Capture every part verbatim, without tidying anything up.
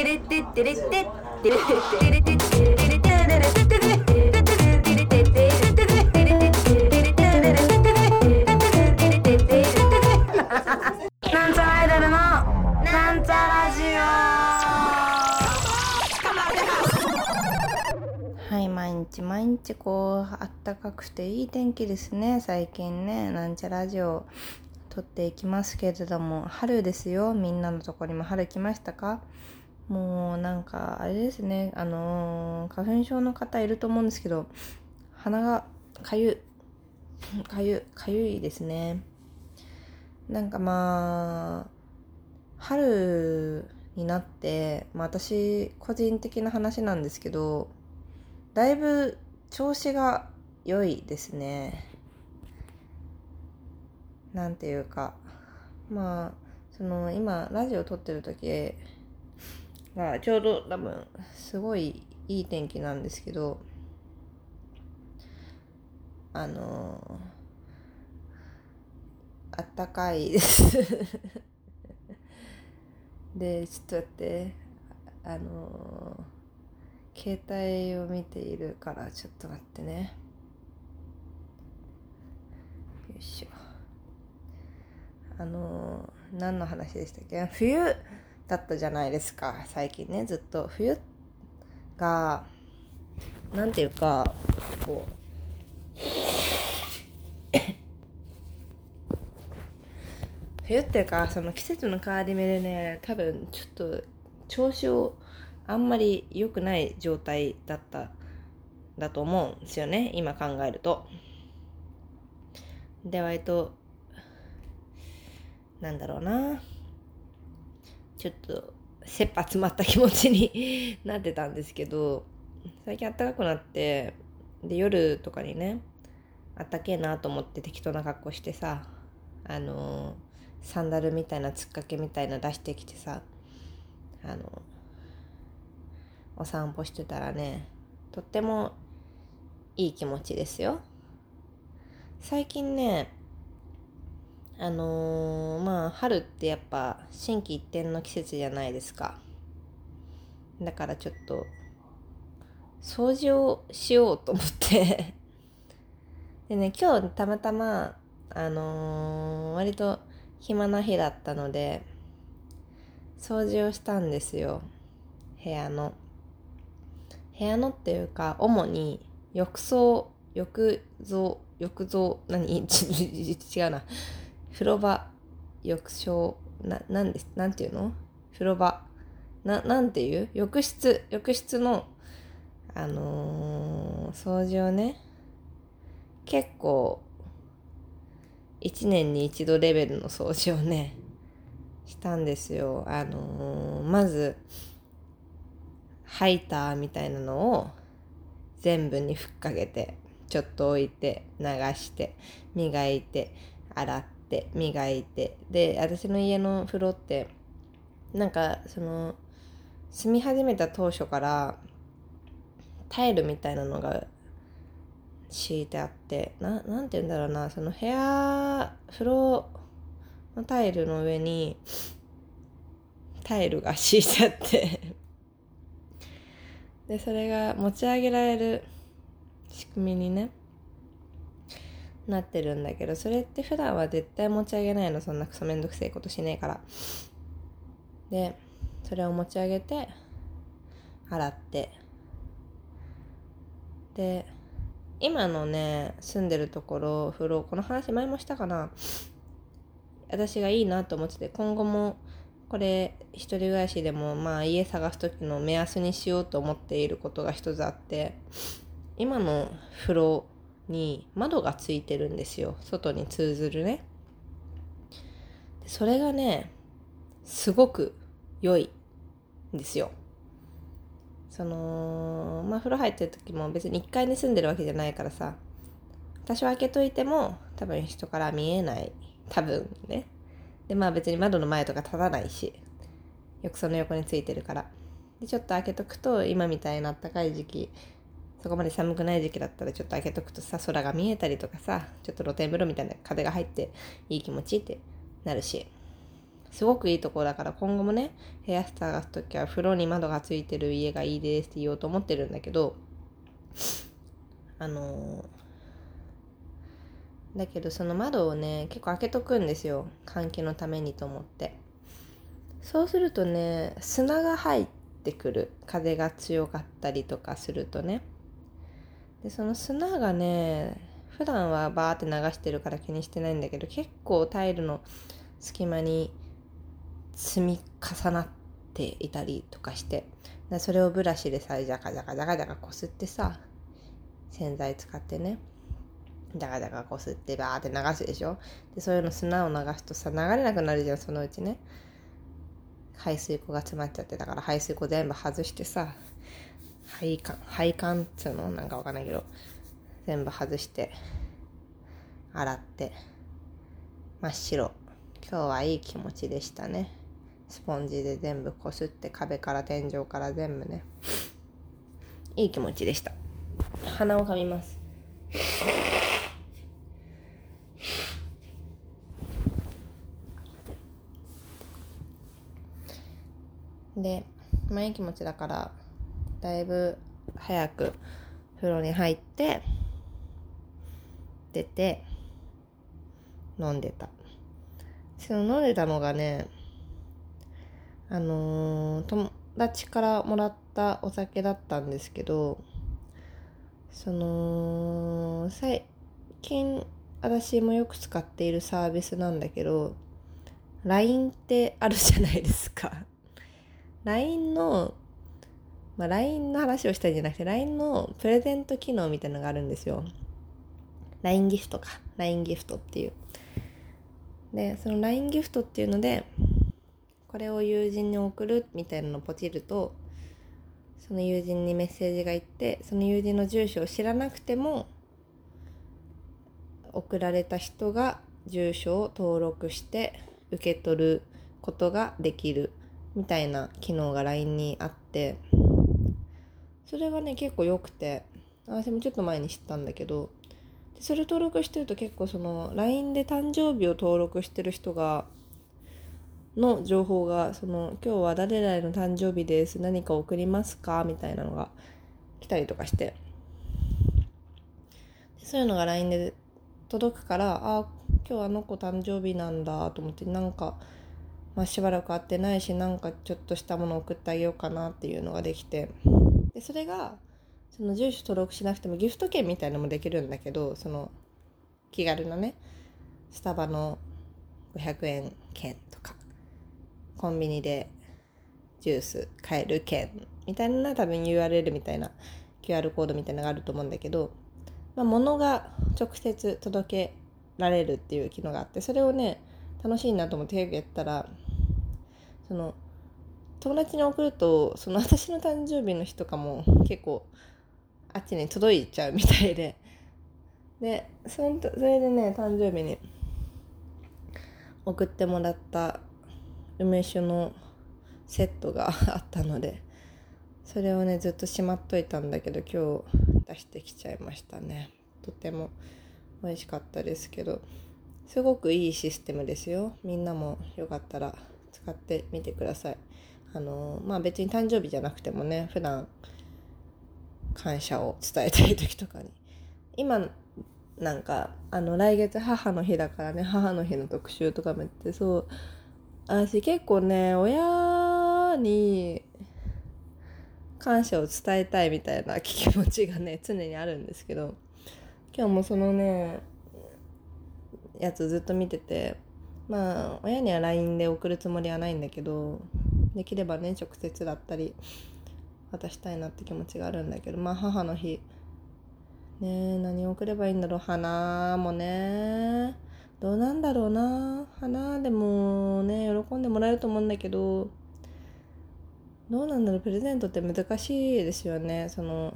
なんちゃらアイドルのなんちゃラジオ。はい、毎日毎日こうあったかくていい天気ですね。最近ね、なんちゃラジオ撮っていきますけれども、春ですよ。みんなのところにも春来ましたか？もうなんかあれですね、あのー、花粉症の方いると思うんですけど、鼻がかゆかゆかゆいですね。なんかまあ春になって、まあ、私個人的な話なんですけど、だいぶ調子が良いですね。なんていうか、まあその今ラジオ撮ってる時がちょうど多分すごいいい天気なんですけど、あのあったかいですで、ちょっと待って、あの携帯を見ているからちょっと待ってね。よいしょ。あの何の話でしたっけ？冬だったじゃないですか、最近ね。ずっと冬がなんていうかこう冬っていうか、その季節の変わり目でね、多分ちょっと調子をあんまり良くない状態だっただと思うんですよね、今考えると。で、割となんだろうな、ちょっと切羽詰まった気持ちになってたんですけど、最近暖かくなって、で夜とかにね、あったけえなと思って適当な格好してさ、あのー、サンダルみたいなつっかけみたいな出してきてさ、あのー、お散歩してたらね、とってもいい気持ちですよ。最近ね、あのー、まあ春ってやっぱ心機一転の季節じゃないですか。だからちょっと掃除をしようと思ってでね、今日たまたまあのー、割と暇な日だったので掃除をしたんですよ。部屋の部屋のっていうか、主に浴槽浴槽浴槽何違うな、風呂場、浴槽な、なんです、なんていうの、風呂場な、なんていう浴室浴室のあのー、掃除をね、結構一年に一度レベルの掃除をねしたんですよ。あのー、まずハイターみたいなのを全部にふっかけて、ちょっと置いて流して磨いて洗って磨いて、で私の家の風呂ってなんかその住み始めた当初からタイルみたいなのが敷いてあって、な、なんて言うんだろうな、その部屋風呂のタイルの上にタイルが敷いてあってでそれが持ち上げられる仕組みにねなってるんだけど、それって普段は絶対持ち上げないの。そんなクソめんどくせえことしねえから。でそれを持ち上げて洗って、で今のね住んでるところ風呂、この話前もしたかな、私がいいなと思ってて、今後もこれ一人暮らしでもまあ家探す時の目安にしようと思っていることが一つあって、今の風呂に窓がついてるんですよ、外に通ずるね。それがねすごく良いんですよ。そのまあ風呂入ってる時も別にいっかいに住んでるわけじゃないからさ、多少開けといても多分人から見えない、多分ね。でまあ別に窓の前とか立たないし、浴槽の横についてるから、でちょっと開けとくと、今みたいな暖かい時期、そこまで寒くない時期だったらちょっと開けとくとさ、空が見えたりとかさ、ちょっと露天風呂みたいな風が入っていい気持ちってなるし、 すごくいいところだから、今後もね部屋探すときは風呂に窓がついてる家がいいですって言おうと思ってるんだけど、あのー、だけどその窓をね結構開けとくんですよ、換気のためにと思って。そうするとね砂が入ってくる、風が強かったりとかするとね。でその砂がね普段はバーって流してるから気にしてないんだけど、結構タイルの隙間に積み重なっていたりとかして、それをブラシでさ、ジャカジャカジャカジャカこすってさ、洗剤使ってねジャカジャカこすってバーって流すでしょ。でそういうの砂を流すとさ、流れなくなるじゃん、そのうちね。排水溝が詰まっちゃって、だから排水溝全部外してさ、配管配管っつうのなんかわかんないけど全部外して洗って真っ白。今日はいい気持ちでしたね。スポンジで全部こすって、壁から天井から全部ね、いい気持ちでした。鼻をかみます。で、まあいい気持ちだからだいぶ早く風呂に入って出て飲んでた。その飲んでたのがね、あのー、友達からもらったお酒だったんですけど、その最近私もよく使っているサービスなんだけど、 ライン ってあるじゃないですか。ライン の、まあ、ライン の話をしたいんじゃなくて ライン のプレゼント機能みたいなのがあるんですよ。 ライン ギフトか ライン ギフトっていう。でその ライン ギフトっていうので、これを友人に送るみたいなのをポチると、その友人にメッセージがいって、その友人の住所を知らなくても送られた人が住所を登録して受け取ることができるみたいな機能が ライン にあって、それがね結構良くて、私もちょっと前に知ったんだけど、それ登録してると結構その ライン で誕生日を登録してる人がの情報が、その今日は誰々の誕生日です、何か送りますかみたいなのが来たりとかして、そういうのが ライン で届くから、あ、今日あの子誕生日なんだと思って、なんか、まあ、しばらく会ってないし、なんかちょっとしたものを送ってあげようかなっていうのができて、でそれがその住所登録しなくてもギフト券みたいなのもできるんだけど、その気軽なねスタバのごひゃくえん券とかコンビニでジュース買える券みたいな、多分 ユーアールエル みたいな キューアール コードみたいなのがあると思うんだけど、まあ、物が直接届けられるっていう機能があって、それをね楽しいなと思って結構やったら、その友達に送ると、その私の誕生日の日とかも結構あっちに届いちゃうみたいで、でそのそれでね誕生日に送ってもらった梅酒のセットがあったので、それをねずっとしまっといたんだけど、今日出してきちゃいましたね。とても美味しかったですけど、すごくいいシステムですよ。みんなもよかったら使ってみてください。あのまあ別に誕生日じゃなくてもね、普段感謝を伝えたい時とかに、今なんかあの来月母の日だからね、母の日の特集とかもやって、そう、私結構ね親に感謝を伝えたいみたいな気持ちがね常にあるんですけど、今日もそのねやつずっと見てて、まあ親には ライン で送るつもりはないんだけど、できればね直接だったり渡したいなって気持ちがあるんだけど、まあ母の日ね、何を送ればいいんだろう。花もねどうなんだろうな。花でもね喜んでもらえると思うんだけど、どうなんだろう。プレゼントって難しいですよね。その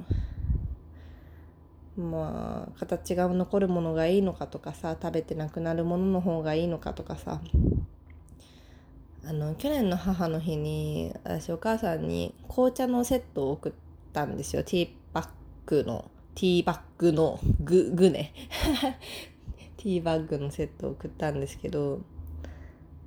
まあ形が残るものがいいのかとかさ、食べてなくなるものの方がいいのかとかさ、あの去年の母の日に私お母さんに紅茶のセットを送ったんですよ。ティーバッグのティーバッグのググねティーバッグのセットを送ったんですけど、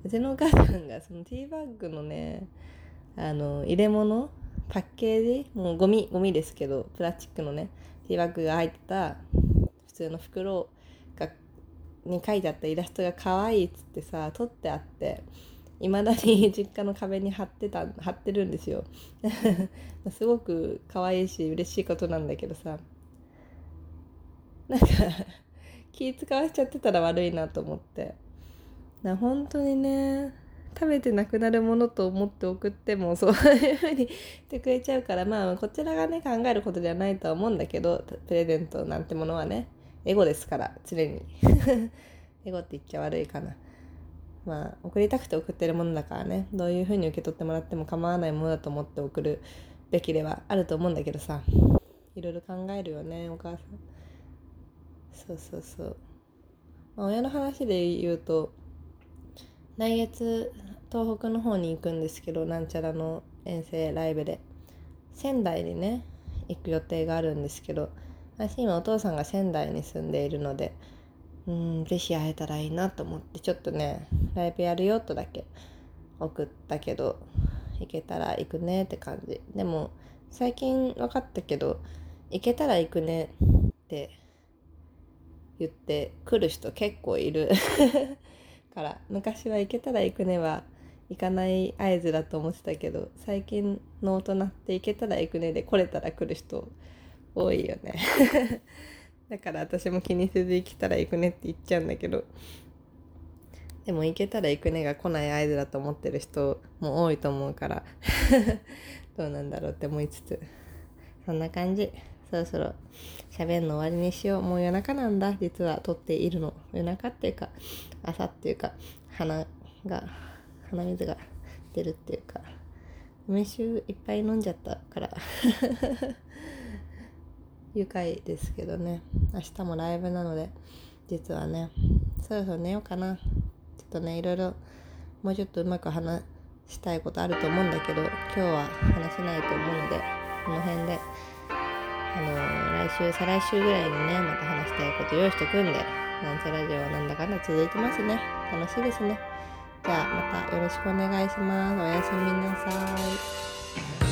うちのお母さんがそのティーバッグのねあの入れ物パッケージもうゴミゴミですけどプラスチックのねティーバッグが入ってた普通の袋がに書いてあったイラストが可愛いっつってさ撮ってあっていまだに実家の壁に貼ってた貼ってるんですよすごく可愛いし嬉しいことなんだけどさなんか気使わしちゃってたら悪いなと思ってな本当にね食べてなくなるものと思って送ってもそういう風にしてくれちゃうからまあこちらがね考えることではないとは思うんだけどプレゼントなんてものはねエゴですから常にエゴって言っちゃ悪いかなまあ送りたくて送ってるものだからねどういう風に受け取ってもらっても構わないものだと思って送るべきではあると思うんだけどさいろいろ考えるよねお母さんそうそうそう、まあ、親の話で言うと来月東北の方に行くんですけどなんちゃらの遠征ライブで仙台にね行く予定があるんですけど私今お父さんが仙台に住んでいるのでうんぜひ会えたらいいなと思ってちょっとねライブやるよとだけ送ったけど行けたら行くねって感じでも最近分かったけど行けたら行くねって言って来る人結構いるから昔は行けたら行くねは行かない合図だと思ってたけど最近の大人って行けたら行くねで来れたら来る人多いよねだから私も気にせず行けたら行くねって言っちゃうんだけどでも行けたら行くねが来ない合図だと思ってる人も多いと思うからどうなんだろうって思いつつそんな感じそろそろ喋るの終わりにしようもう夜中なんだ実は撮っているの夜中っていうか朝っていうか鼻が鼻水が出るっていうか梅酒いっぱい飲んじゃったから愉快ですけどね明日もライブなので実はねそろそろ寝ようかなちょっとねいろいろもうちょっとうまく話したいことあると思うんだけど今日は話せないと思うのでこの辺であのー、来週再来週ぐらいにねまた話したいこと用意しとくんでなんちゃラジオはなんだかんだ続いてますね楽しいですねじゃあまたよろしくお願いしますおやすみなさい。